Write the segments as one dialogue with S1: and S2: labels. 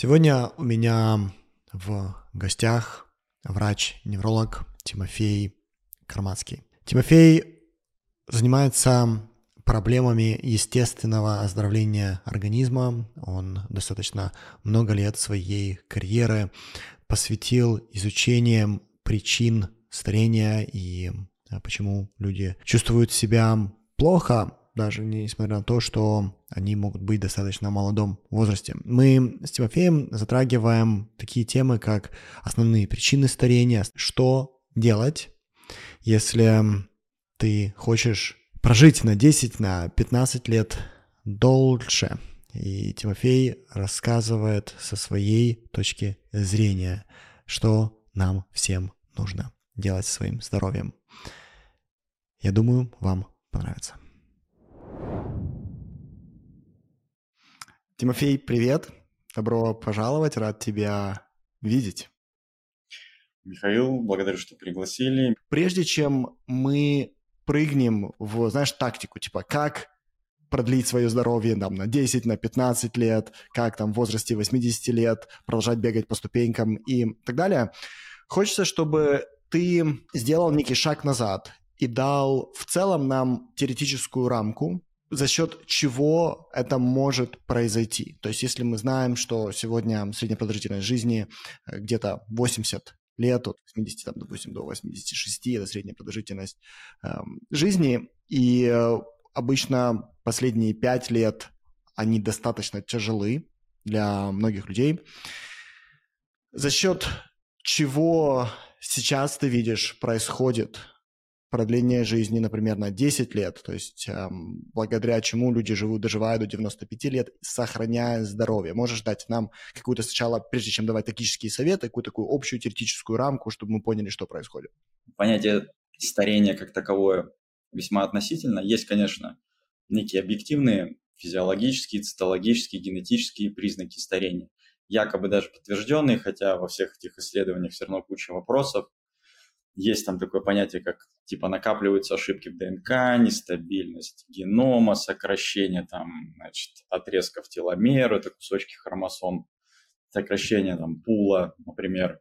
S1: Сегодня у меня в гостях врач-невролог Тимофей Кармацкий. Тимофей занимается проблемами естественного оздоровления организма. Он достаточно много лет своей карьеры посвятил изучением причин старения и почему люди чувствуют себя плохо, даже несмотря на то, что они могут быть в достаточно молодом возрасте. Мы с Тимофеем затрагиваем такие темы, как основные причины старения, что делать, если ты хочешь прожить на 10, на 15 лет дольше. И Тимофей рассказывает со своей точки зрения, что нам всем нужно делать со своим здоровьем. Я думаю, вам понравится. Тимофей, привет. Добро пожаловать, рад тебя видеть.
S2: Михаил, благодарю, что пригласили.
S1: Прежде чем мы прыгнем в, тактику, типа как продлить свое здоровье там, на 10, на 15 лет, как там в возрасте 80 лет продолжать бегать по ступенькам и так далее, хочется, чтобы ты сделал некий шаг назад и дал в целом нам теоретическую рамку, за счет чего это может произойти. То есть если мы знаем, что сегодня средняя продолжительность жизни где-то 80 лет, от 80, там, допустим, до 86, это средняя продолжительность жизни, и обычно последние 5 лет они достаточно тяжелы для многих людей. За счет чего сейчас ты видишь происходит продление жизни, например, на 10 лет, то есть благодаря чему люди доживают до 95 лет, сохраняя здоровье. Можешь дать нам какую-то сначала, прежде чем давать тактические советы, какую-то такую общую теоретическую рамку, чтобы мы поняли, что происходит?
S2: Понятие старения как таковое весьма относительно. Есть, конечно, некие объективные физиологические, цитологические, генетические признаки старения, якобы даже подтвержденные, хотя во всех этих исследованиях все равно куча вопросов. Есть там такое понятие, как типа накапливаются ошибки в ДНК, нестабильность генома, сокращение отрезков теломер, это кусочки хромосом, сокращение пула, например,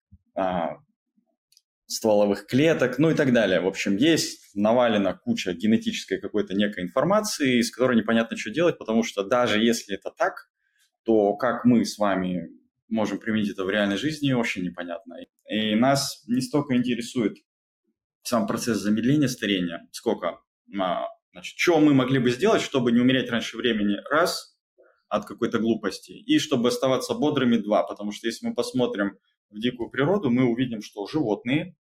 S2: стволовых клеток, и так далее. В общем, есть навалена куча генетической какой-то некой информации, с которой непонятно, что делать, потому что даже если это так, то как мы с вами можем применить это в реальной жизни, вообще непонятно. И нас не столько интересует сам процесс замедления старения, сколько, что мы могли бы сделать, чтобы не умереть раньше времени, раз, от какой-то глупости, и чтобы оставаться бодрыми, два. Потому что если мы посмотрим в дикую природу, мы увидим, что животные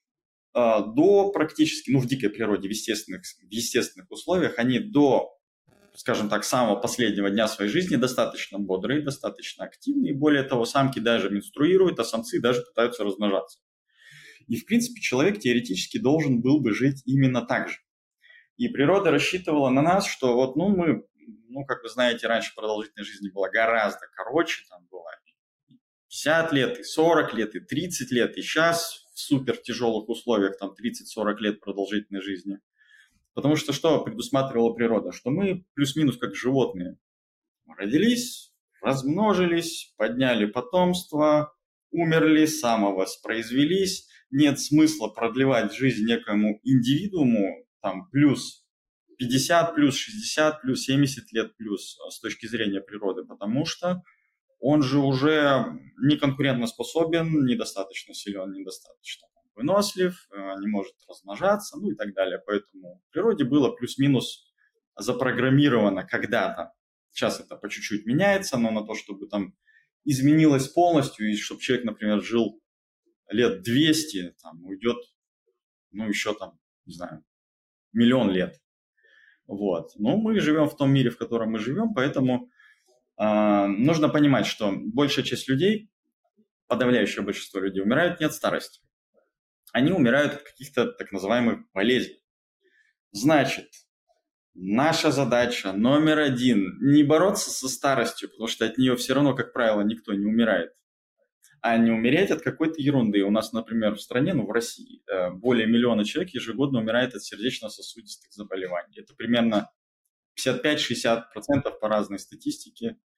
S2: до практически, в дикой природе, в естественных условиях, они до, скажем так, самого последнего дня своей жизни достаточно бодрые, достаточно активные. И более того, самки даже менструируют, а самцы даже пытаются размножаться. И, в принципе, человек теоретически должен был бы жить именно так же. И природа рассчитывала на нас, что мы, как вы знаете, раньше продолжительность жизни была гораздо короче, там было 50 лет, и 40 лет, и 30 лет, и сейчас в супер тяжелых условиях 30-40 лет продолжительной жизни. Потому что предусматривала природа? Что мы плюс-минус как животные родились, размножились, подняли потомство, умерли, самовоспроизвелись. Нет смысла продлевать жизнь некому индивидууму плюс 50, плюс 60, плюс 70 лет плюс с точки зрения природы, потому что он же уже не конкурентоспособен, недостаточно силен, недостаточно вынослив, не может размножаться, и так далее. Поэтому в природе было плюс-минус запрограммировано когда-то. Сейчас это по чуть-чуть меняется, но на то, чтобы изменилось полностью, и чтобы человек, например, жил лет 200, уйдет, еще не знаю, миллион лет. Вот. Но мы живем в том мире, в котором мы живем, поэтому нужно понимать, что большая часть людей, подавляющее большинство людей умирают не от старости. Они умирают от каких-то так называемых болезней. Значит, наша задача номер один – не бороться со старостью, потому что от нее все равно, как правило, никто не умирает, а не умереть от какой-то ерунды. У нас, например, в стране, в России, более миллиона человек ежегодно умирает от сердечно-сосудистых заболеваний. Это примерно 55-60% по разной статистике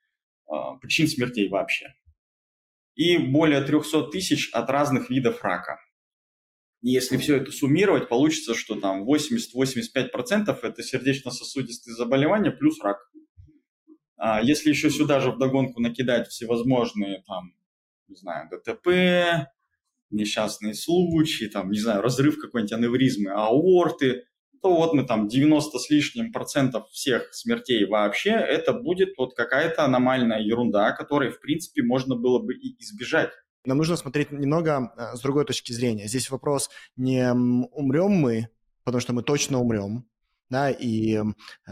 S2: причин смертей вообще. И более 300 тысяч от разных видов рака. И если все это суммировать, получится, что там 80-85% это сердечно-сосудистые заболевания плюс рак. А если еще сюда же вдогонку накидать всевозможные там, не знаю, ДТП, несчастные случаи, там, не знаю, разрыв какой-нибудь аневризмы аорты, то вот мы там 90 с лишним процентов всех смертей вообще, это будет вот какая-то аномальная ерунда, которой, в принципе, можно было бы и избежать.
S1: Нам нужно смотреть немного с другой точки зрения. Здесь вопрос не умрем мы, потому что мы точно умрем, да, и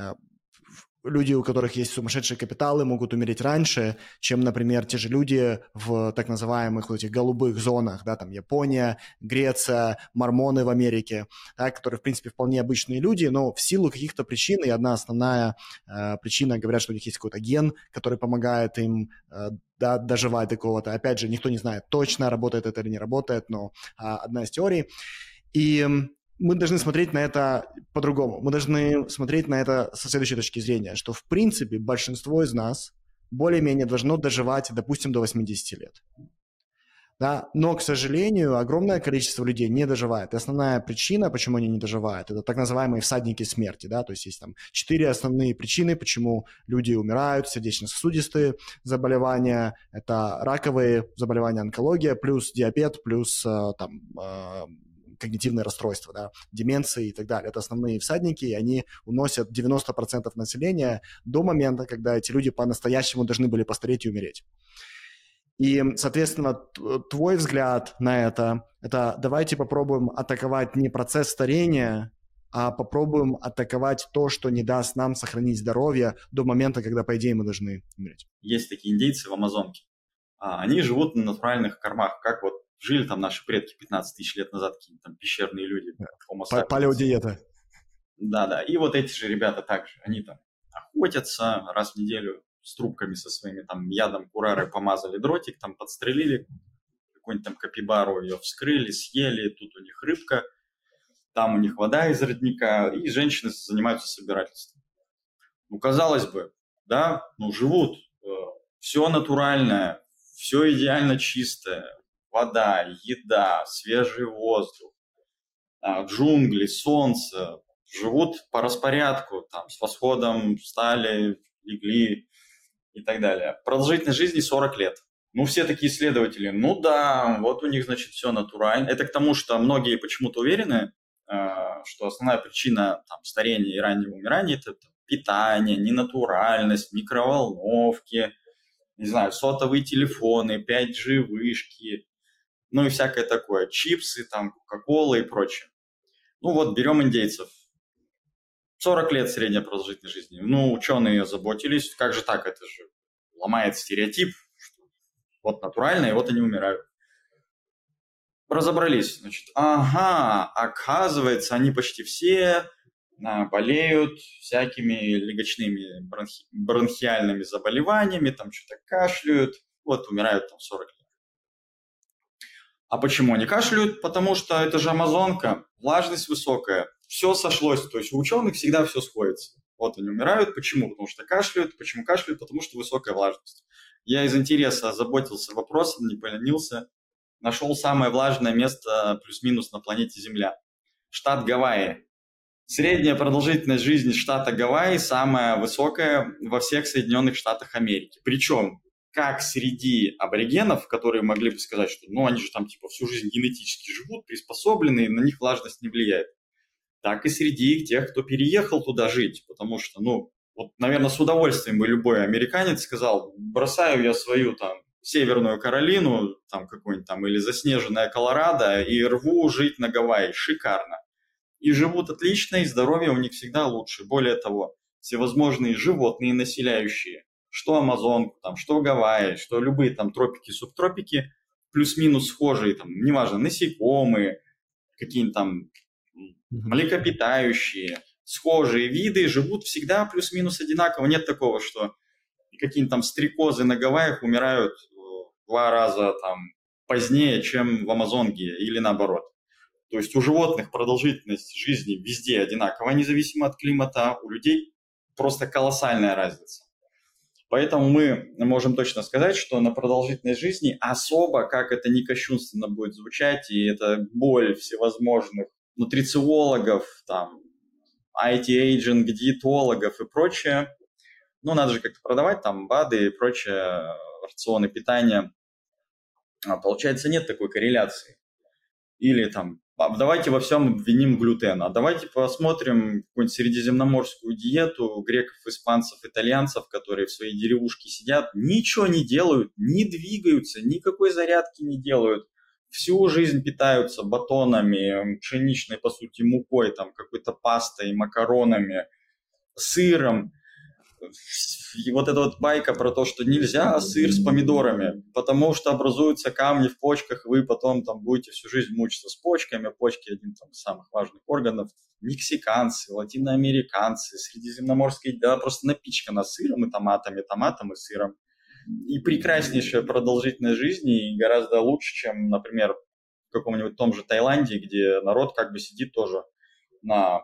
S1: люди, у которых есть сумасшедшие капиталы, могут умереть раньше, чем, например, те же люди в так называемых вот этих голубых зонах, да, там Япония, Греция, мормоны в Америке, да, которые, в принципе, вполне обычные люди, но в силу каких-то причин, и одна основная причина, говорят, что у них есть какой-то ген, который помогает им доживать до какого-то. Опять же, никто не знает точно, работает это или не работает, но одна из теорий. И мы должны смотреть на это по-другому. Мы должны смотреть на это со следующей точки зрения, что, в принципе, большинство из нас более-менее должно доживать, допустим, до 80 лет. Да? Но, к сожалению, огромное количество людей не доживает. И основная причина, почему они не доживают, это так называемые всадники смерти. Да? То есть есть там 4 основные причины, почему люди умирают: сердечно-сосудистые заболевания, это раковые заболевания, онкология, плюс диабет, плюс когнитивные расстройства, да, деменции и так далее. Это основные всадники, и они уносят 90% населения до момента, когда эти люди по-настоящему должны были постареть и умереть. И, соответственно, твой взгляд на это давайте попробуем атаковать не процесс старения, а попробуем атаковать то, что не даст нам сохранить здоровье до момента, когда, по идее, мы должны умереть.
S2: Есть такие индейцы в Амазонке. Они живут на натуральных кормах, как вот жили там наши предки 15 тысяч лет назад, какие-то там пещерные люди.
S1: Палеодиета.
S2: Да. И вот эти же ребята также, они там охотятся раз в неделю с трубками со своими там ядом курары, помазали дротик, там подстрелили какую-нибудь там капибару, ее вскрыли, съели, тут у них рыбка, там у них вода из родника, и женщины занимаются собирательством. Ну, казалось бы, да, живут, все натуральное, все идеально чистое, вода, еда, свежий воздух, джунгли, солнце, живут по распорядку, там, с восходом встали, легли и так далее. Продолжительность жизни 40 лет. Все такие исследователи, да, вот у них, значит, все натурально. Это к тому, что многие почему-то уверены, что основная причина там, старения и раннего умирания – это питание, ненатуральность, микроволновки, не знаю, сотовые телефоны, 5G-вышки, и всякое такое, чипсы, там, кока-кола и прочее. Берем индейцев. 40 лет средняя продолжительность жизни. Ученые заботились, как же так, это же ломает стереотип, что вот натурально, и вот они умирают. Разобрались, значит, оказывается, они почти все болеют всякими легочными бронхиальными заболеваниями, там что-то кашляют, умирают там 40 лет. А почему они кашляют? Потому что это же Амазонка, влажность высокая, все сошлось, то есть у ученых всегда все сходится. Они умирают, почему? Потому что кашляют, почему кашляют? Потому что высокая влажность. Я из интереса озаботился вопросом, не поленился, нашел самое влажное место плюс-минус на планете Земля. Штат Гавайи. Средняя продолжительность жизни штата Гавайи самая высокая во всех Соединенных Штатах Америки. Причем как среди аборигенов, которые могли бы сказать, что они же там типа всю жизнь генетически живут, приспособлены, и на них влажность не влияет. Так и среди тех, кто переехал туда жить, потому что, наверное, с удовольствием бы любой американец сказал, бросаю я свою там Северную Каролину, там какую-нибудь там, или заснеженное Колорадо, и рву жить на Гавайи, шикарно. И живут отлично, и здоровье у них всегда лучше. Более того, всевозможные животные, населяющие, что Амазонку, там, что Гавайи, что любые там тропики, субтропики, плюс-минус схожие, там, неважно, насекомые, какие-нибудь там млекопитающие, схожие виды живут всегда плюс-минус одинаково. Нет такого, что какие-нибудь там стрекозы на Гавайях умирают в 2 раза там позднее, чем в Амазонке, или наоборот. То есть у животных продолжительность жизни везде одинаковая, независимо от климата, а у людей просто колоссальная разница. Поэтому мы можем точно сказать, что на продолжительность жизни особо, как это не кощунственно будет звучать, и это боль всевозможных нутрициологов, там, IT-эйджинг, диетологов и прочее, ну, надо же как-то продавать там БАДы и прочее, рационы питания. Получается, нет такой корреляции. Или там, давайте во всем обвиним глютен, а давайте посмотрим какую-нибудь средиземноморскую диету греков, испанцев, итальянцев, которые в своей деревушке сидят, ничего не делают, не двигаются, никакой зарядки не делают, всю жизнь питаются батонами, пшеничной, по сути, мукой, там, какой-то пастой, макаронами, сыром. И вот эта вот байка про то, что нельзя сыр с помидорами, потому что образуются камни в почках, вы потом там будете всю жизнь мучиться с почками. Почки – один там, из самых важных органов. Мексиканцы, латиноамериканцы, средиземноморские, да, просто напичкано сыром и томатами, томатом и сыром. И прекраснейшая продолжительность жизни, и гораздо лучше, чем, например, в каком-нибудь том же Таиланде, где народ как бы сидит тоже на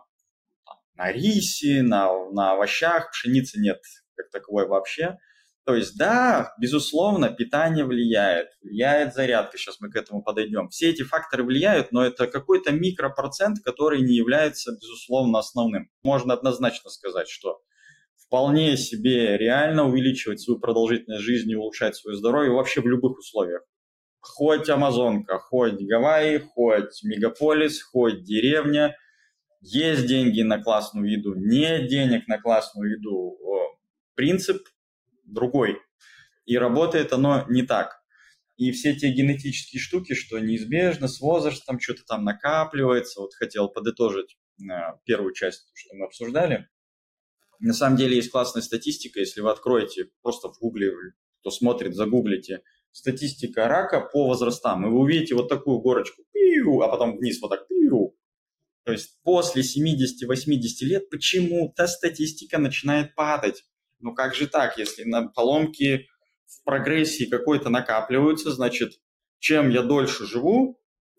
S2: рисе, на овощах, пшеницы нет как таковой вообще. То есть, да, безусловно, питание влияет зарядка, сейчас мы к этому подойдем. Все эти факторы влияют, но это какой-то микропроцент, который не является, безусловно, основным. Можно однозначно сказать, что вполне себе реально увеличивать свою продолжительность жизни, улучшать свое здоровье вообще в любых условиях. Хоть Амазонка, хоть Гавайи, хоть мегаполис, хоть деревня. Есть деньги на классную еду, нет денег на классную еду. Принцип другой. И работает оно не так. И все те генетические штуки, что неизбежно с возрастом что-то там накапливается. Вот хотел подытожить первую часть, что мы обсуждали. На самом деле есть классная статистика. Если вы откроете просто в Гугле, кто смотрит, загуглите, статистика рака по возрастам. И вы увидите вот такую горочку, а потом вниз вот так. То есть после 70-80 лет почему-то статистика начинает падать. Ну как же так, если на поломки в прогрессии какой-то накапливаются, значит, чем я дольше живу,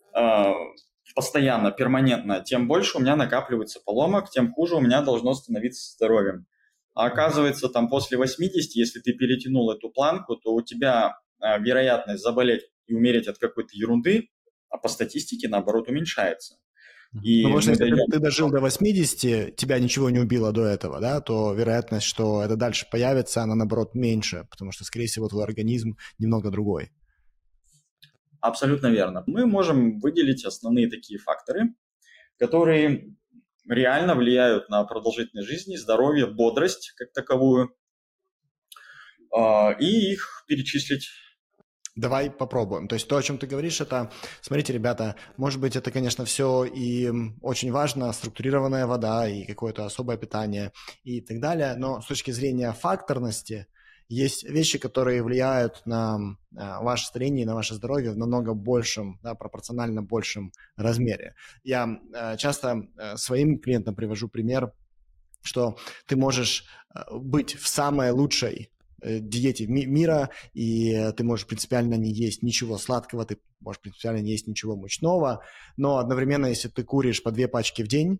S2: постоянно, перманентно, тем больше у меня накапливается поломок, тем хуже у меня должно становиться здоровьем. А оказывается, там после 80, если ты перетянул эту планку, то у тебя вероятность заболеть и умереть от какой-то ерунды, а по статистике, наоборот, уменьшается.
S1: И потому что если ты дожил до 80, тебя ничего не убило до этого, да, то вероятность, что это дальше появится, она, наоборот, меньше, потому что, скорее всего, твой организм немного другой.
S2: Абсолютно верно. Мы можем выделить основные такие факторы, которые реально влияют на продолжительность жизни, здоровье, бодрость как таковую, и их перечислить.
S1: Давай попробуем. То есть то, о чем ты говоришь, это, смотрите, ребята, может быть, это, конечно, все и очень важно, структурированная вода и какое-то особое питание и так далее, но с точки зрения факторности есть вещи, которые влияют на ваше старение и на ваше здоровье в намного большем, да, пропорционально большем размере. Я часто своим клиентам привожу пример, что ты можешь быть в самой лучшей диете мира, и ты можешь принципиально не есть ничего сладкого, ты можешь принципиально не есть ничего мучного, но одновременно, если ты куришь по 2 пачки в день,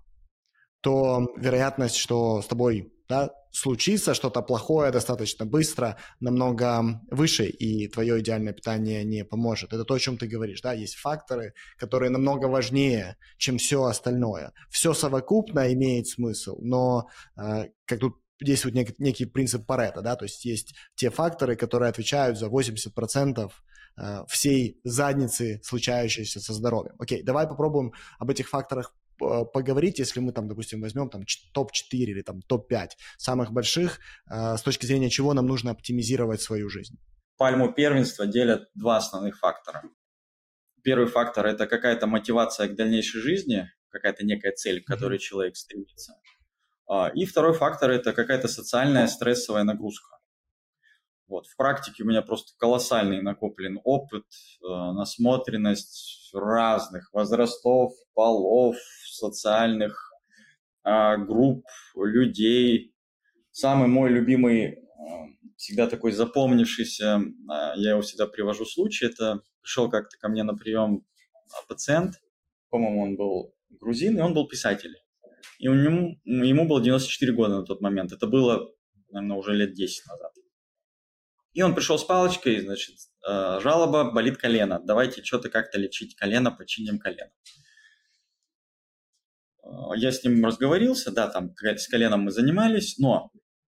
S1: то вероятность, что с тобой, да, случится что-то плохое достаточно быстро, намного выше, и твое идеальное питание не поможет. Это то, о чем ты говоришь, да, есть факторы, которые намного важнее, чем все остальное. Все совокупно имеет смысл, но как тут действует некий принцип Парето, да, то есть есть те факторы, которые отвечают за 80% всей задницы, случающейся со здоровьем. Окей, давай попробуем об этих факторах поговорить, если мы там, допустим, возьмем там топ-4 или там топ-5 самых больших, с точки зрения чего нам нужно оптимизировать свою жизнь.
S2: Пальму первенства делят два основных фактора. Первый фактор – это какая-то мотивация к дальнейшей жизни, какая-то некая цель, к которой человек стремится. И второй фактор – это какая-то социальная стрессовая нагрузка. Вот. В практике у меня просто колоссальный накоплен опыт, насмотренность разных возрастов, полов, социальных групп, людей. Самый мой любимый, всегда такой запомнившийся, я его всегда привожу случай, это пришел как-то ко мне на прием пациент, по-моему, он был грузин, и он был писатель. И ему было 94 года на тот момент. Это было, наверное, уже лет 10 назад. И он пришел с палочкой, значит, жалоба, болит колено. Давайте что-то как-то лечить колено, починим колено. Я с ним разговорился, да, там с коленом мы занимались, но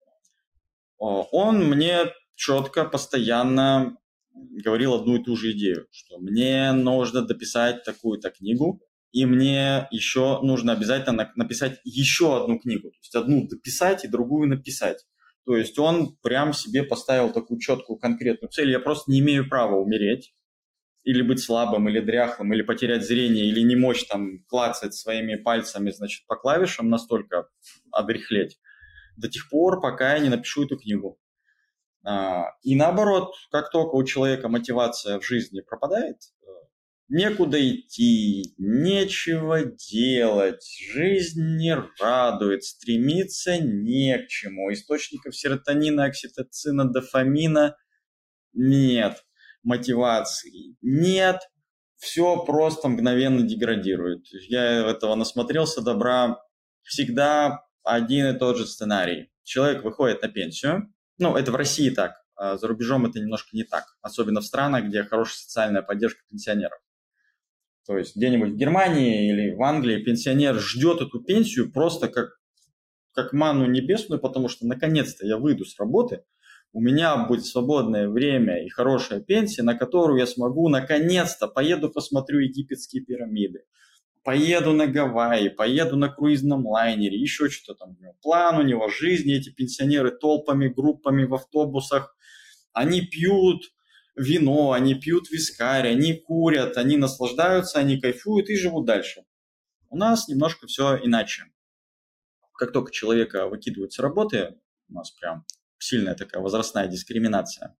S2: он мне четко, постоянно говорил одну и ту же идею, что мне нужно дописать такую-то книгу, и мне еще нужно обязательно написать еще одну книгу. То есть одну дописать и другую написать. То есть он прям себе поставил такую четкую, конкретную цель. Я просто не имею права умереть, или быть слабым, или дряхлым, или потерять зрение, или не мочь там клацать своими пальцами, значит, по клавишам, настолько одряхлеть, до тех пор, пока я не напишу эту книгу. И наоборот, как только у человека мотивация в жизни пропадает, некуда идти, нечего делать, жизнь не радует, стремиться не к чему. Источников серотонина, окситоцина, дофамина нет, мотивации нет, все просто мгновенно деградирует. Я этого насмотрелся добра. Всегда один и тот же сценарий. Человек выходит на пенсию, ну, это в России так, а за рубежом это немножко не так, особенно в странах, где хорошая социальная поддержка пенсионеров. То есть где-нибудь в Германии или в Англии пенсионер ждет эту пенсию просто как манну небесную, потому что наконец-то я выйду с работы, у меня будет свободное время и хорошая пенсия, на которую я смогу наконец-то поеду посмотрю египетские пирамиды, поеду на Гавайи, поеду на круизном лайнере, еще что-то там. План у него жизни, эти пенсионеры толпами, группами в автобусах, они пьют вино, они пьют вискарь, они курят, они наслаждаются, они кайфуют и живут дальше. У нас немножко все иначе. Как только человека выкидывают с работы, у нас прям сильная такая возрастная дискриминация,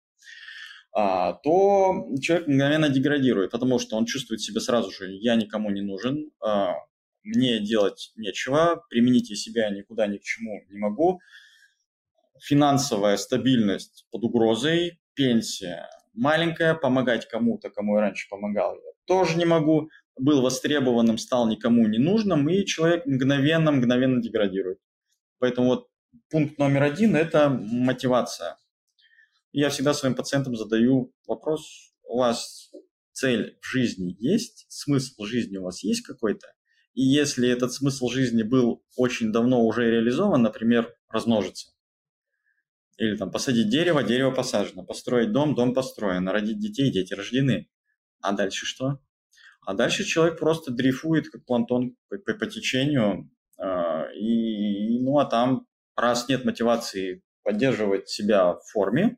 S2: то человек мгновенно деградирует, потому что он чувствует себя сразу же: я никому не нужен, мне делать нечего, применить себя никуда ни к чему не могу, финансовая стабильность под угрозой, пенсия маленькая, помогать кому-то, кому я раньше помогал, я тоже не могу, был востребованным, стал никому не нужным, и человек мгновенно деградирует. Поэтому вот пункт номер 1 – это мотивация. Я всегда своим пациентам задаю вопрос: у вас цель в жизни есть, смысл жизни у вас есть какой-то? И если этот смысл жизни был очень давно уже реализован, например, размножиться, или там посадить дерево, дерево посажено, построить дом, дом построен, родить детей, дети рождены. А дальше что? А дальше человек просто дрейфует, как планктон по течению, а там, раз нет мотивации поддерживать себя в форме,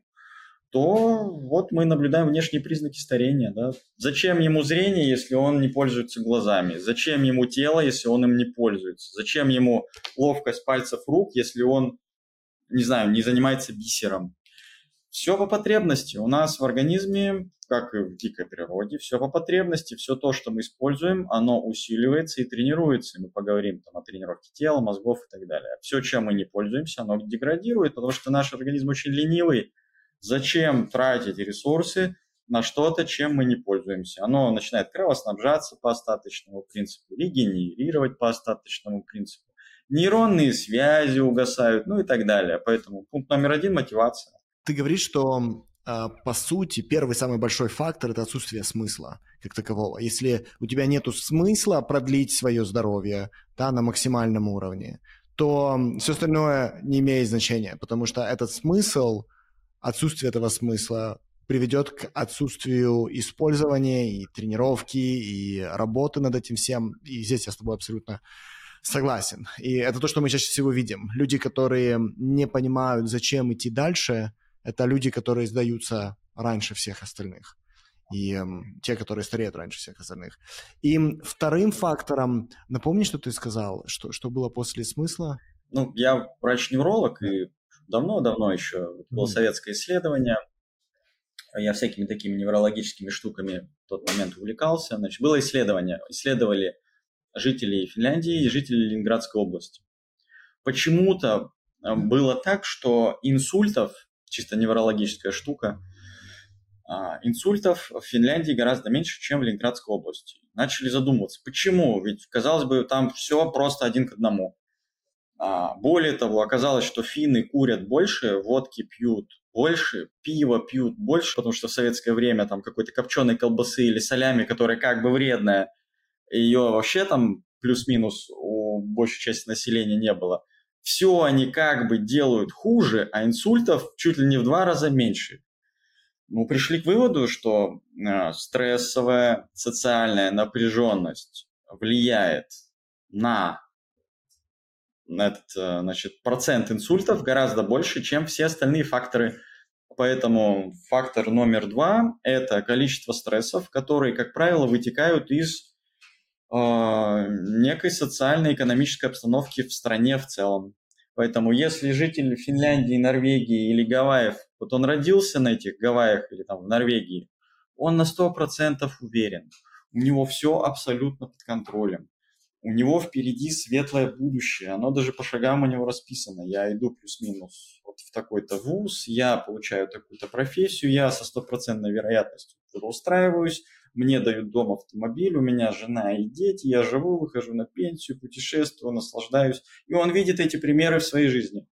S2: то вот мы наблюдаем внешние признаки старения. Да? Зачем ему зрение, если он не пользуется глазами? Зачем ему тело, если он им не пользуется? Зачем ему ловкость пальцев рук, если он, не знаю, не занимается бисером? Все по потребности. У нас в организме, как и в дикой природе, все по потребности. Все то, что мы используем, оно усиливается и тренируется. Мы поговорим там о тренировке тела, мозгов и так далее. Все, чем мы не пользуемся, оно деградирует, потому что наш организм очень ленивый. Зачем тратить ресурсы на что-то, чем мы не пользуемся? Оно начинает кровоснабжаться по остаточному принципу, регенерировать по остаточному принципу. Нейронные связи угасают, ну и так далее. Поэтому пункт номер 1 – мотивация.
S1: Ты говоришь, что, по сути, первый самый большой фактор – это отсутствие смысла как такового. Если у тебя нет смысла продлить свое здоровье, да, на максимальном уровне, то все остальное не имеет значения, потому что этот смысл, отсутствие этого смысла приведет к отсутствию использования и тренировки, и работы над этим всем. И здесь я с тобой абсолютно согласен. И это то, что мы чаще всего видим. Люди, которые не понимают, зачем идти дальше, это люди, которые сдаются раньше всех остальных. И те, которые стареют раньше всех остальных. И вторым фактором, напомни, что ты сказал, что было после смысла?
S2: Ну, я врач-невролог, и давно еще было советское исследование. Я всякими такими неврологическими штуками в тот момент увлекался. Значит, было исследование. Исследовали жителей Финляндии и жителей Ленинградской области. Почему-то было так, что инсультов, чисто неврологическая штука, инсультов в Финляндии гораздо меньше, чем в Ленинградской области. Начали задумываться, почему? Ведь, казалось бы, там все просто 1 к 1. Более того, оказалось, что финны курят больше, водки пьют больше, пиво пьют больше, потому что в советское время там какой-то копченой колбасы или солями, которая как бы вредная, ее вообще там плюс-минус у большей части населения не было. Все они как бы делают хуже, а инсультов чуть ли не в 2 раза меньше. Мы пришли к выводу, что стрессовая социальная напряженность влияет на этот, значит, процент инсультов гораздо больше, чем все остальные факторы. Поэтому фактор номер 2 – это количество стрессов, которые, как правило, вытекают из некой социально-экономической обстановки в стране в целом. Поэтому если житель Финляндии, Норвегии или Гавайев, вот он родился на этих Гавайях или там в Норвегии, он на 100% уверен, у него все абсолютно под контролем. У него впереди светлое будущее, оно даже по шагам у него расписано. Я иду плюс-минус вот в такой-то вуз, я получаю такую-то профессию, я со 100% вероятностью устраиваюсь, мне дают дом, автомобиль, у меня жена и дети, я живу, выхожу на пенсию, путешествую, наслаждаюсь. И он видит эти примеры в своей жизни.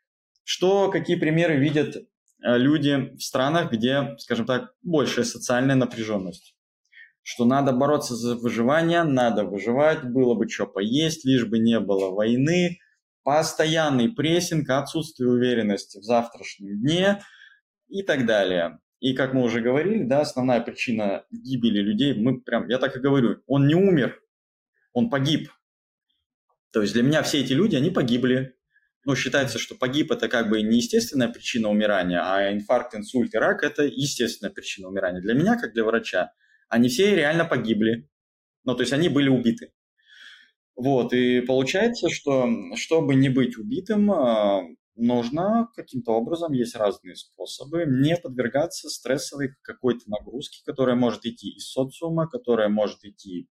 S2: Какие примеры видят люди в странах, где, скажем так, большая социальная напряженность? Что надо бороться за выживание, надо выживать, было бы что поесть, лишь бы не было войны, постоянный прессинг, отсутствие уверенности в завтрашнем дне и так далее. И как мы уже говорили, да, основная причина гибели людей, я так и говорю, он не умер, он погиб. То есть для меня все эти люди, они погибли. Ну, считается, что погиб – это как бы не естественная причина умирания, а инфаркт, инсульт и рак – это естественная причина умирания. Для меня, как для врача, они все реально погибли. Ну, то есть они были убиты. Вот, и получается, что чтобы не быть убитым, нужно каким-то образом, есть разные способы, не подвергаться стрессовой какой-то нагрузке, которая может идти из социума, которая может идти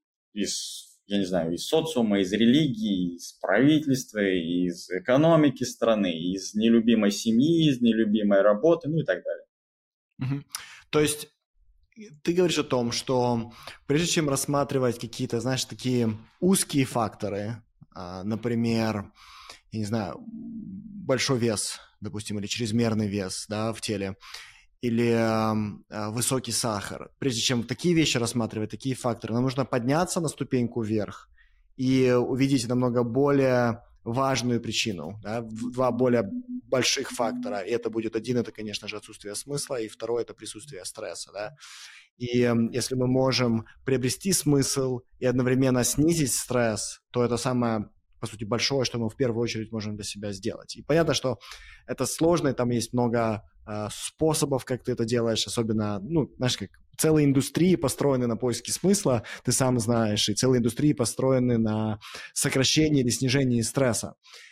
S2: из социума, из религии, из правительства, из экономики страны, из нелюбимой семьи, из нелюбимой работы, ну и так далее.
S1: Угу. То есть ты говоришь о том, что прежде чем рассматривать какие-то, знаешь, такие узкие факторы, например, я не знаю, большой вес, допустим, или чрезмерный вес, да, в теле, или высокий сахар. Прежде чем такие вещи рассматривать, такие факторы, нам нужно подняться на ступеньку вверх и увидеть намного более важную причину, да, 2 более больших фактора. И это будет один, это, конечно же, отсутствие смысла, и второй – это присутствие стресса, да. И если мы можем приобрести смысл и одновременно снизить стресс, то это самое, по сути, большое, что мы в первую очередь можем для себя сделать. И понятно, что это сложно, и там есть много способов, как ты это делаешь, особенно, ну, знаешь, как целые индустрии построены на поиске смысла, ты сам знаешь, и целые индустрии построены на сокращении или снижении стресса.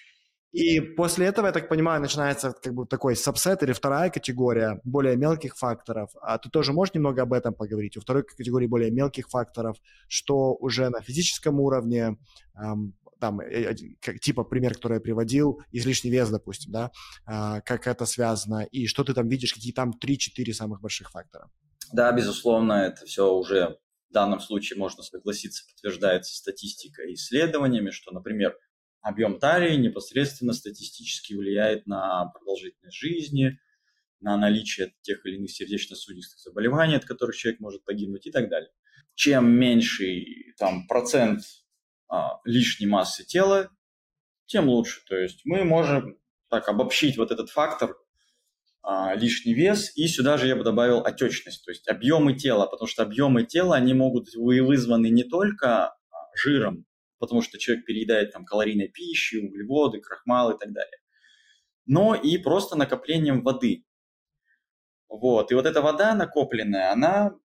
S1: И после этого, я так понимаю, начинается как бы такой сабсет или вторая категория более мелких факторов. А ты тоже можешь немного об этом поговорить? У второй категории более мелких факторов, что уже на физическом уровне, там, типа пример, который я приводил, излишний вес, допустим, да, как это связано, и что ты там видишь, какие там 3-4 самых больших фактора?
S2: Да, безусловно, это все уже в данном случае, можно согласиться, подтверждается статистикой и исследованиями, что, например, объем талии непосредственно статистически влияет на продолжительность жизни, на наличие тех или иных сердечно-сосудистых заболеваний, от которых человек может погибнуть и так далее. Чем меньший там процент лишней массы тела, тем лучше. То есть мы можем так обобщить вот этот фактор, лишний вес, и сюда же я бы добавил отечность, то есть объемы тела, потому что объемы тела, они могут быть вызваны не только жиром, потому что человек переедает там калорийной пищи, углеводы, крахмал и так далее, но и просто накоплением воды. Вот. И вот эта вода накопленная, она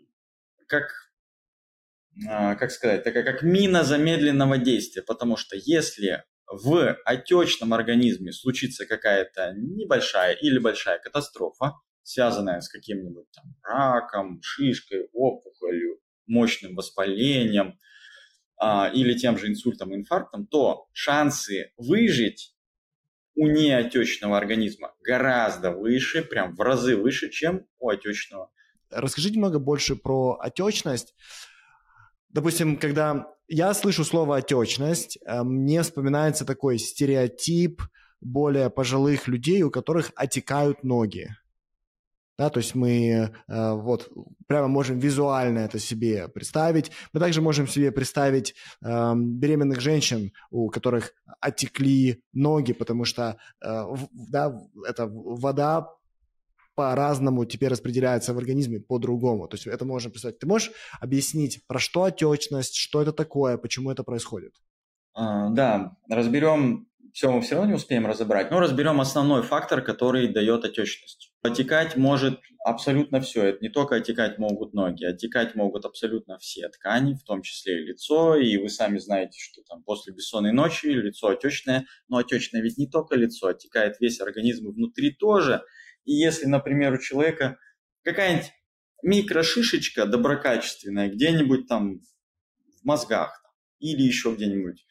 S2: как сказать, такая как мина замедленного действия, потому что если в отечном организме случится какая-то небольшая или большая катастрофа, связанная с каким-нибудь там раком, шишкой, опухолью, мощным воспалением или тем же инсультом, инфарктом, то шансы выжить у неотечного организма гораздо выше, прям в разы выше, чем у отечного.
S1: Расскажите немного больше про отечность. Допустим, когда я слышу слово «отечность», мне вспоминается такой стереотип, более пожилых людей, у которых отекают ноги. Да, то есть мы вот прямо можем визуально это себе представить. Мы также можем себе представить беременных женщин, у которых отекли ноги, потому что да, эта вода по-разному теперь распределяется в организме по-другому. То есть это можно представить. Ты можешь объяснить, про что отечность, что это такое, почему это происходит?
S2: Да, разберем, все мы все равно не успеем разобрать, но разберем основной фактор, который дает отечность. Отекать может абсолютно все. Это не только отекать могут ноги, отекать могут абсолютно все ткани, в том числе и лицо. И вы сами знаете, что там после бессонной ночи лицо отечное. Но отечное ведь не только лицо, отекает весь организм и внутри тоже. И если, например, у человека какая-нибудь микрошишечка доброкачественная где-нибудь там в мозгах или еще где-нибудь,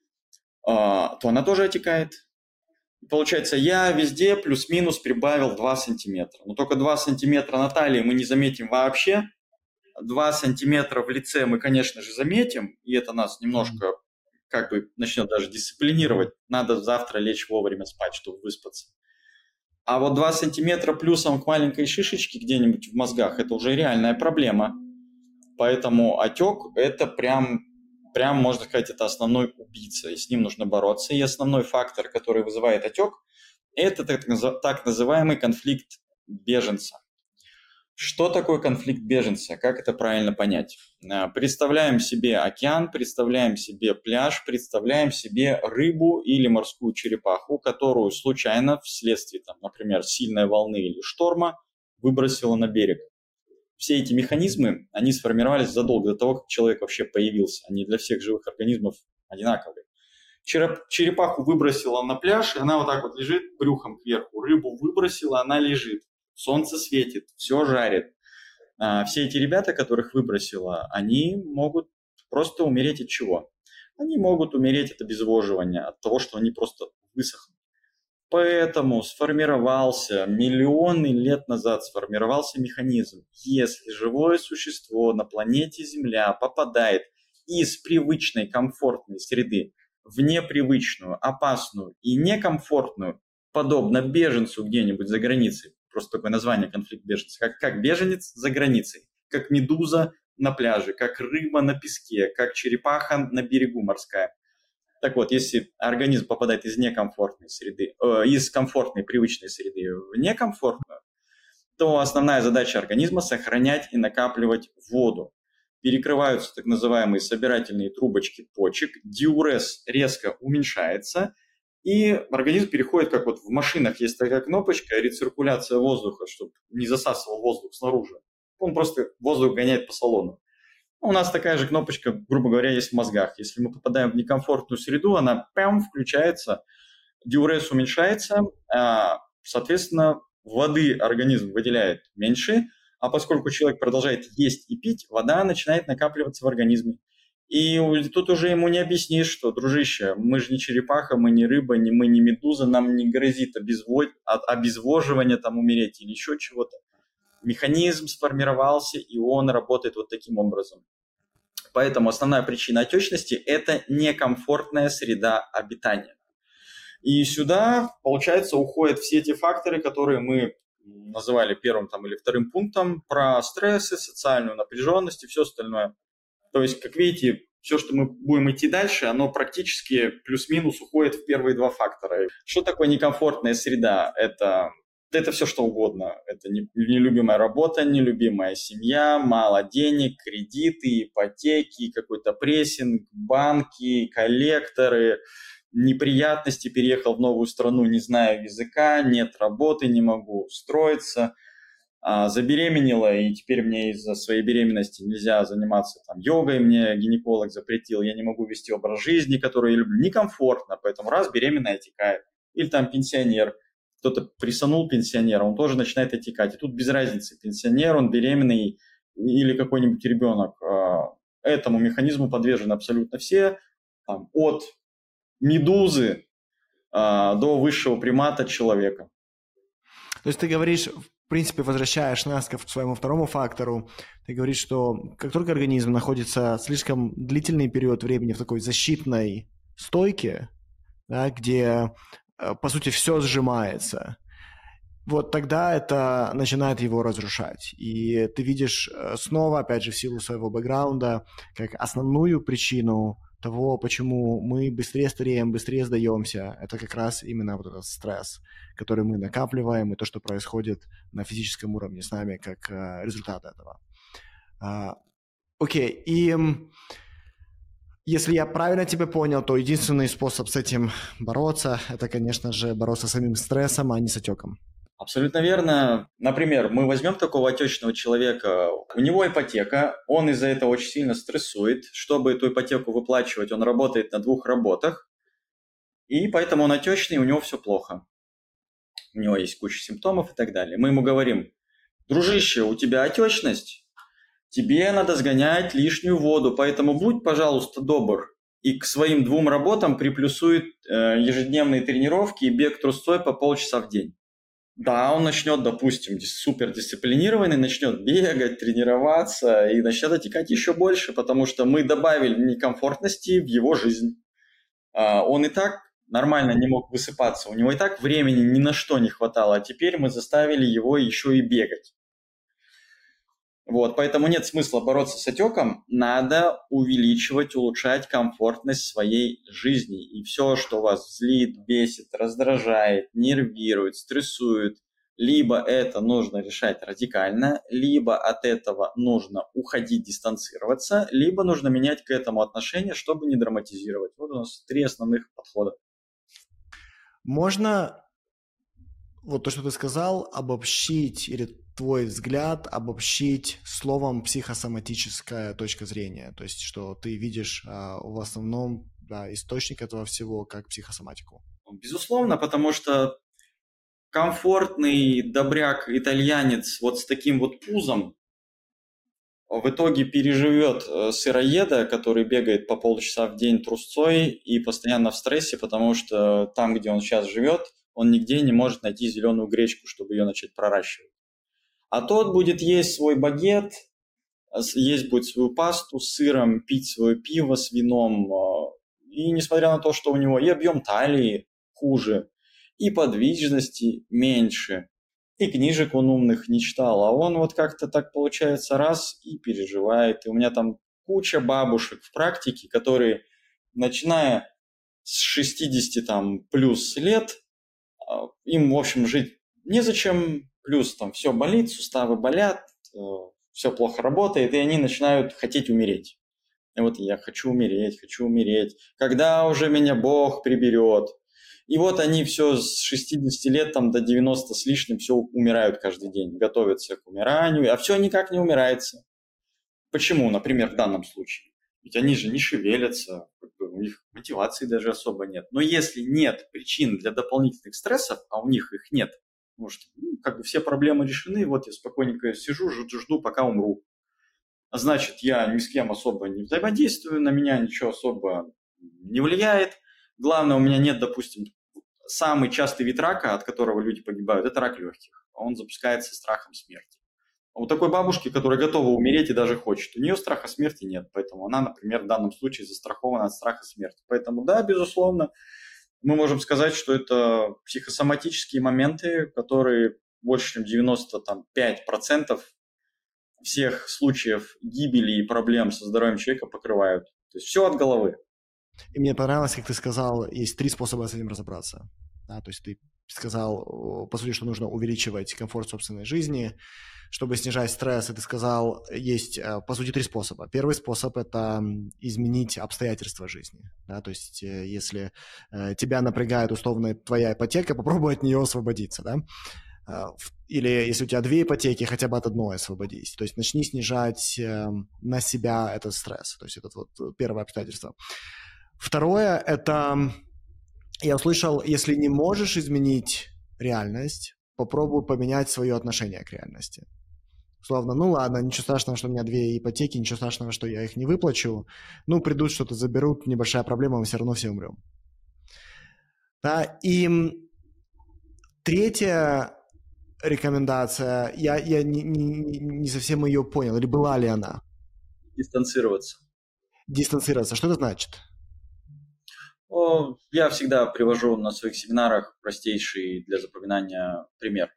S2: то она тоже отекает. Получается, я везде плюс-минус прибавил 2 сантиметра. Но только 2 сантиметра на талии мы не заметим вообще. 2 сантиметра в лице мы, конечно же, заметим, и это нас немножко как бы начнет даже дисциплинировать. Надо завтра лечь вовремя спать, чтобы выспаться. А вот 2 сантиметра плюсом к маленькой шишечке где-нибудь в мозгах – это уже реальная проблема. Поэтому отек – это прям, можно сказать, это основной убийца, и с ним нужно бороться. И основной фактор, который вызывает отек, это так называемый конфликт беженца. Что такое конфликт беженца? Как это правильно понять? Представляем себе океан, представляем себе пляж, представляем себе рыбу или морскую черепаху, которую случайно вследствие, например, сильной волны или шторма выбросило на берег. Все эти механизмы, они сформировались задолго до того, как человек вообще появился. Они для всех живых организмов одинаковые. Черепаху выбросила на пляж, и она вот так вот лежит брюхом кверху. Рыбу выбросила, она лежит. Солнце светит, все жарит. Все эти ребята, которых выбросила, они могут просто умереть от чего? Они могут умереть от обезвоживания, от того, что они просто высохнут. Поэтому сформировался, миллионы лет назад сформировался механизм. Если живое существо на планете Земля попадает из привычной комфортной среды в непривычную, опасную и некомфортную, подобно беженцу где-нибудь за границей, просто такое название конфликт беженца, как беженец за границей, как медуза на пляже, как рыба на песке, как черепаха на берегу морская. Так вот, если организм попадает из некомфортной среды, из комфортной, привычной среды в некомфортную, то основная задача организма – сохранять и накапливать воду. Перекрываются так называемые собирательные трубочки почек, диурез резко уменьшается, и организм переходит, как вот в машинах есть такая кнопочка, рециркуляция воздуха, чтобы не засасывал воздух снаружи. Он просто воздух гоняет по салону. У нас такая же кнопочка, грубо говоря, есть в мозгах. Если мы попадаем в некомфортную среду, она прям включается, диурез уменьшается, соответственно, воды организм выделяет меньше, а поскольку человек продолжает есть и пить, вода начинает накапливаться в организме. И тут уже ему не объяснишь, что, дружище, мы же не черепаха, мы не рыба, мы не медуза, нам не грозит от обезвоживания там умереть или еще чего-то. Механизм сформировался, и он работает вот таким образом. Поэтому основная причина отечности – это некомфортная среда обитания. И сюда, получается, уходят все эти факторы, которые мы называли первым или вторым пунктом, про стрессы, социальную напряженность и все остальное. То есть, как видите, все, что мы будем идти дальше, оно практически плюс-минус уходит в первые два фактора. Что такое некомфортная среда? Это все что угодно. Это нелюбимая работа, нелюбимая семья, мало денег, кредиты, ипотеки, какой-то прессинг, банки, коллекторы, неприятности, переехал в новую страну, не знаю языка, нет работы, не могу устроиться, забеременела, и теперь мне из-за своей беременности нельзя заниматься йогой, мне гинеколог запретил, я не могу вести образ жизни, который я люблю, некомфортно, поэтому раз беременная отекает. Или пенсионер, кто-то присанул пенсионера, он тоже начинает отекать. И тут без разницы, пенсионер, он беременный или какой-нибудь ребенок. Этому механизму подвержены абсолютно все, от медузы до высшего примата человека.
S1: То есть ты говоришь, в принципе, возвращаешь нас к своему второму фактору, ты говоришь, что как только организм находится слишком длительный период времени в такой защитной стойке, да, где по сути, все сжимается, вот тогда это начинает его разрушать. И ты видишь снова, опять же, в силу своего бэкграунда, как основную причину того, почему мы быстрее стареем, быстрее сдаемся, это как раз именно вот этот стресс, который мы накапливаем, и то, что происходит на физическом уровне с нами, как результат этого. Окей, и если я правильно тебя понял, то единственный способ с этим бороться, это, конечно же, бороться с самим стрессом, а не с отеком.
S2: Абсолютно верно. Например, мы возьмем такого отечного человека, у него ипотека, он из-за этого очень сильно стрессует. Чтобы эту ипотеку выплачивать, он работает на 2 работах, и поэтому он отечный, у него все плохо. У него есть куча симптомов и так далее. Мы ему говорим: дружище, у тебя отечность, тебе надо сгонять лишнюю воду, поэтому будь, пожалуйста, добр. И к своим 2 работам приплюсует ежедневные тренировки и бег трусцой по полчаса в день. Да, он начнет, допустим, супердисциплинированный, начнет бегать, тренироваться и начнет отекать еще больше, потому что мы добавили некомфортности в его жизнь. Он и так нормально не мог высыпаться, у него и так времени ни на что не хватало, а теперь мы заставили его еще и бегать. Вот, поэтому нет смысла бороться с отеком, надо увеличивать, улучшать комфортность своей жизни. И все, что вас злит, бесит, раздражает, нервирует, стрессует, либо это нужно решать радикально, либо от этого нужно уходить, дистанцироваться, либо нужно менять к этому отношение, чтобы не драматизировать. Вот у нас 3 основных подхода.
S1: Можно вот то, что ты сказал, обобщить, или твой взгляд обобщить словом психосоматическая точка зрения, то есть что ты видишь в основном источник этого всего как психосоматику?
S2: Безусловно, потому что комфортный добряк-итальянец вот с таким вот пузом в итоге переживет сыроеда, который бегает по полчаса в день трусцой и постоянно в стрессе, потому что там, где он сейчас живет, он нигде не может найти зеленую гречку, чтобы ее начать проращивать. А тот будет есть свой багет, есть будет свою пасту с сыром, пить свое пиво с вином. И несмотря на то, что у него и объем талии хуже, и подвижности меньше, и книжек он умных не читал, а он вот как-то так получается раз и переживает. И у меня там куча бабушек в практике, которые, начиная с 60 там, плюс лет, им, в общем, жить незачем, плюс там все болит, суставы болят, все плохо работает, и они начинают хотеть умереть. И вот я хочу умереть, когда уже меня Бог приберет. И вот они все с 60 лет там, до 90 с лишним все умирают каждый день, готовятся к умиранию, а все никак не умирается. Почему, например, в данном случае? Ведь они же не шевелятся, у них мотивации даже особо нет. Но если нет причин для дополнительных стрессов, а у них их нет, может, как бы все проблемы решены, вот я спокойненько сижу, жду, пока умру. А значит, я ни с кем особо не взаимодействую, на меня ничего особо не влияет. Главное, у меня нет, допустим, самый частый вид рака, от которого люди погибают, это рак легких. Он запускается страхом смерти. А у такой бабушки, которая готова умереть и даже хочет, у нее страха смерти нет, поэтому она, например, в данном случае застрахована от страха смерти. Поэтому, да, безусловно, мы можем сказать, что это психосоматические моменты, которые больше, чем 95% всех случаев гибели и проблем со здоровьем человека покрывают. То есть все от головы.
S1: И мне понравилось, как ты сказал, есть 3 способа с этим разобраться. Да, то есть ты сказал, по сути, что нужно увеличивать комфорт собственной жизни, чтобы снижать стресс. И ты сказал, есть, по сути, 3 способа. Первый способ – это изменить обстоятельства жизни. Да, то есть если тебя напрягает условно твоя ипотека, попробуй от нее освободиться. Да? Или если у тебя 2 ипотеки, хотя бы от одной освободись. То есть начни снижать на себя этот стресс. То есть это вот первое обстоятельство. Второе – это, я услышал, если не можешь изменить реальность, попробуй поменять свое отношение к реальности. Условно, ну ладно, ничего страшного, что у меня 2 ипотеки, ничего страшного, что я их не выплачу. Ну, придут, что-то заберут, небольшая проблема, мы все равно все умрем. Да? И третья рекомендация, я не совсем ее понял, или была ли она?
S2: Дистанцироваться.
S1: Дистанцироваться, что это значит?
S2: Я всегда привожу на своих семинарах простейший для запоминания пример.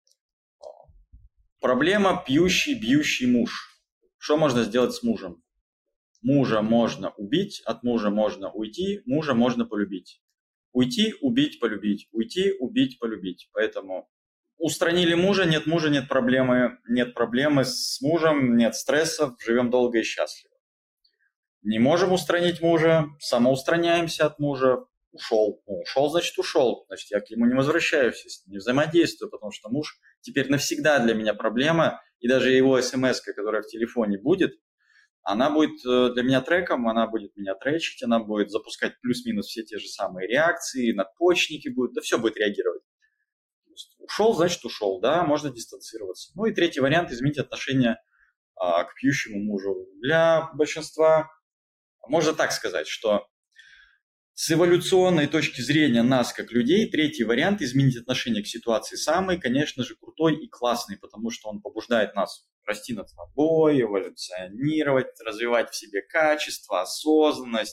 S2: Проблема пьющий, бьющий муж. Что можно сделать с мужем? Мужа можно убить, от мужа можно уйти, мужа можно полюбить. Уйти, убить, полюбить. Уйти, убить, полюбить. Поэтому устранили мужа, нет проблемы с мужем, нет стрессов, живем долго и счастливо. Не можем устранить мужа, самоустраняемся от мужа, ушел. Ушел, значит, ушел. Значит, я к нему не возвращаюсь, не взаимодействую, потому что муж теперь навсегда для меня проблема, и даже его смс-ка, которая в телефоне будет, она будет для меня треком, она будет меня тречить, она будет запускать плюс-минус все те же самые реакции, надпочечники будут, да все будет реагировать. Ушел, значит, ушел, да, можно дистанцироваться. Ну и третий вариант – изменить отношение к пьющему мужу. Для большинства, можно так сказать, что с эволюционной точки зрения нас, как людей, третий вариант – изменить отношение к ситуации самый, конечно же, крутой и классный, потому что он побуждает нас расти над собой, эволюционировать, развивать в себе качество, осознанность,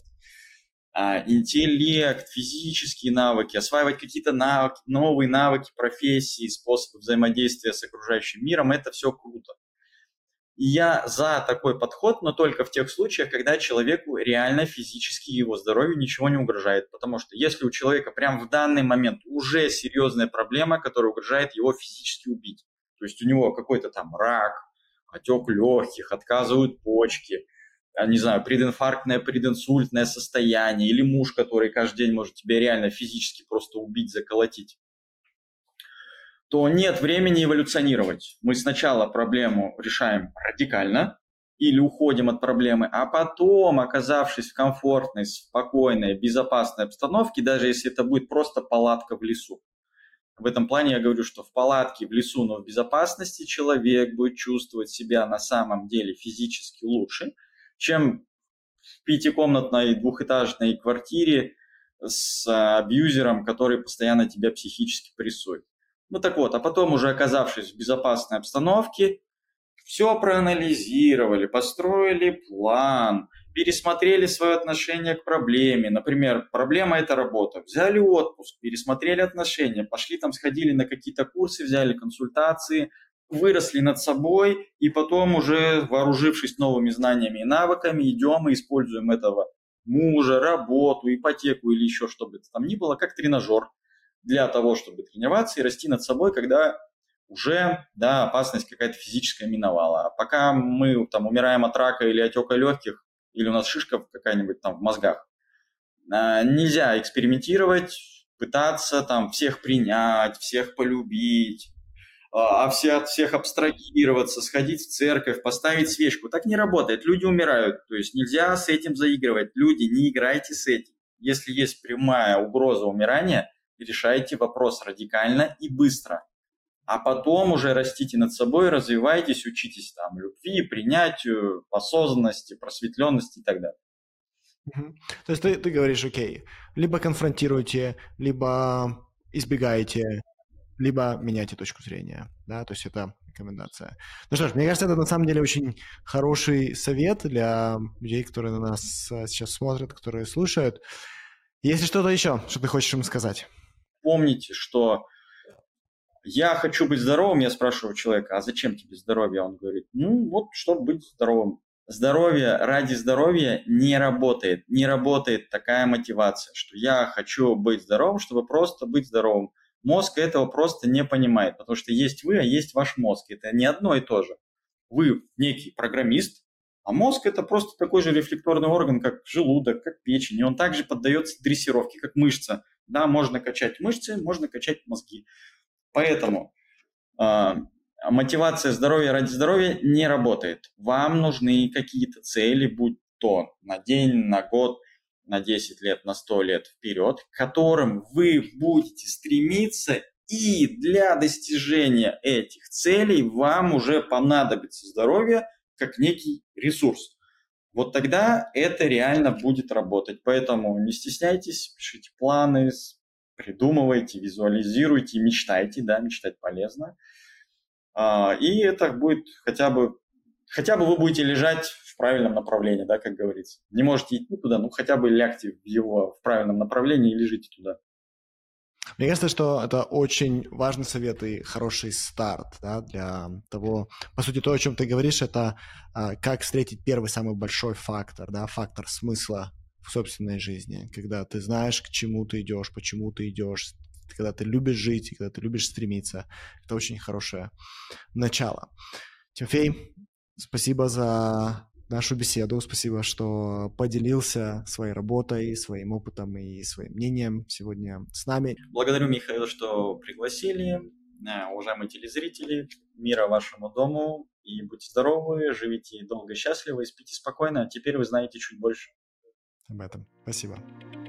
S2: интеллект, физические навыки, осваивать какие-то навыки, новые навыки, профессии, способы взаимодействия с окружающим миром – это все круто. И я за такой подход, но только в тех случаях, когда человеку реально физически его здоровью ничего не угрожает. Потому что если у человека прямо в данный момент уже серьезная проблема, которая угрожает его физически убить, то есть у него какой-то там рак, отек легких, отказывают почки, не знаю, прединфарктное, прединсультное состояние, или муж, который каждый день может тебя реально физически просто убить, заколотить, то нет времени эволюционировать. Мы сначала проблему решаем радикально или уходим от проблемы, а потом, оказавшись в комфортной, спокойной, безопасной обстановке, даже если это будет просто палатка в лесу. В этом плане я говорю, что в палатке, в лесу, но в безопасности человек будет чувствовать себя на самом деле физически лучше, чем в пятикомнатной двухэтажной квартире с абьюзером, который постоянно тебя психически прессует. Ну так вот, а потом уже оказавшись в безопасной обстановке, все проанализировали, построили план, пересмотрели свое отношение к проблеме. Например, проблема – это работа. Взяли отпуск, пересмотрели отношения, пошли там, сходили на какие-то курсы, взяли консультации, выросли над собой, и потом уже, вооружившись новыми знаниями и навыками, идем и используем этого мужа, работу, ипотеку или еще что бы это там ни было, как тренажер для того, чтобы тренироваться и расти над собой, когда уже, да, опасность какая-то физическая миновала. А пока мы там умираем от рака или отека легких, или у нас шишка какая-нибудь там в мозгах, нельзя экспериментировать, пытаться там всех принять, всех полюбить, от всех абстрагироваться, сходить в церковь, поставить свечку. Так не работает. Люди умирают. То есть нельзя с этим заигрывать. Люди, не играйте с этим. Если есть прямая угроза умирания, решайте вопрос радикально и быстро. А потом уже растите над собой, развивайтесь, учитесь там любви, принятию, осознанности, просветленности и так далее.
S1: То есть ты говоришь, окей, либо конфронтируйте, либо избегаете, либо меняйте точку зрения, да, то есть это рекомендация. Ну что ж, мне кажется, это на самом деле очень хороший совет для людей, которые на нас сейчас смотрят, которые слушают. Есть ли что-то еще, что ты хочешь им сказать?
S2: Помните, что я хочу быть здоровым, я спрашиваю человека, а зачем тебе здоровье? Он говорит, ну вот, чтобы быть здоровым. Здоровье ради здоровья не работает. Не работает такая мотивация, что я хочу быть здоровым, чтобы просто быть здоровым. Мозг этого просто не понимает, потому что есть вы, а есть ваш мозг. Это не одно и то же. Вы некий программист, а мозг – это просто такой же рефлекторный орган, как желудок, как печень. И он также поддается дрессировке, как мышца. Да, можно качать мышцы, можно качать мозги. Поэтому мотивация здоровья ради здоровья не работает. Вам нужны какие-то цели, будь то на день, на год, на 10 лет, на 100 лет вперед, к которым вы будете стремиться, и для достижения этих целей вам уже понадобится здоровье как некий ресурс. Вот тогда это реально будет работать. Поэтому не стесняйтесь, пишите планы, придумывайте, визуализируйте, мечтайте, да, мечтать полезно. И это будет хотя бы вы будете лежать в правильном направлении, да, как говорится. Не можете идти туда, ну хотя бы лягте в правильном направлении и лежите туда.
S1: Мне кажется, что это очень важный совет и хороший старт, да, для того, по сути, то, о чем ты говоришь, это как встретить первый самый большой фактор, да, фактор смысла в собственной жизни, когда ты знаешь, к чему ты идешь, почему ты идешь, когда ты любишь жить, и когда ты любишь стремиться. Это очень хорошее начало. Тимофей, спасибо за нашу беседу, спасибо, что поделился своей работой, своим опытом и своим мнением сегодня с нами.
S2: Благодарю, Михаил, что пригласили. Уважаемые телезрители, мира вашему дому, и будьте здоровы, живите долго и счастливо, и спите спокойно. Теперь вы знаете чуть больше.
S1: Об этом. Спасибо.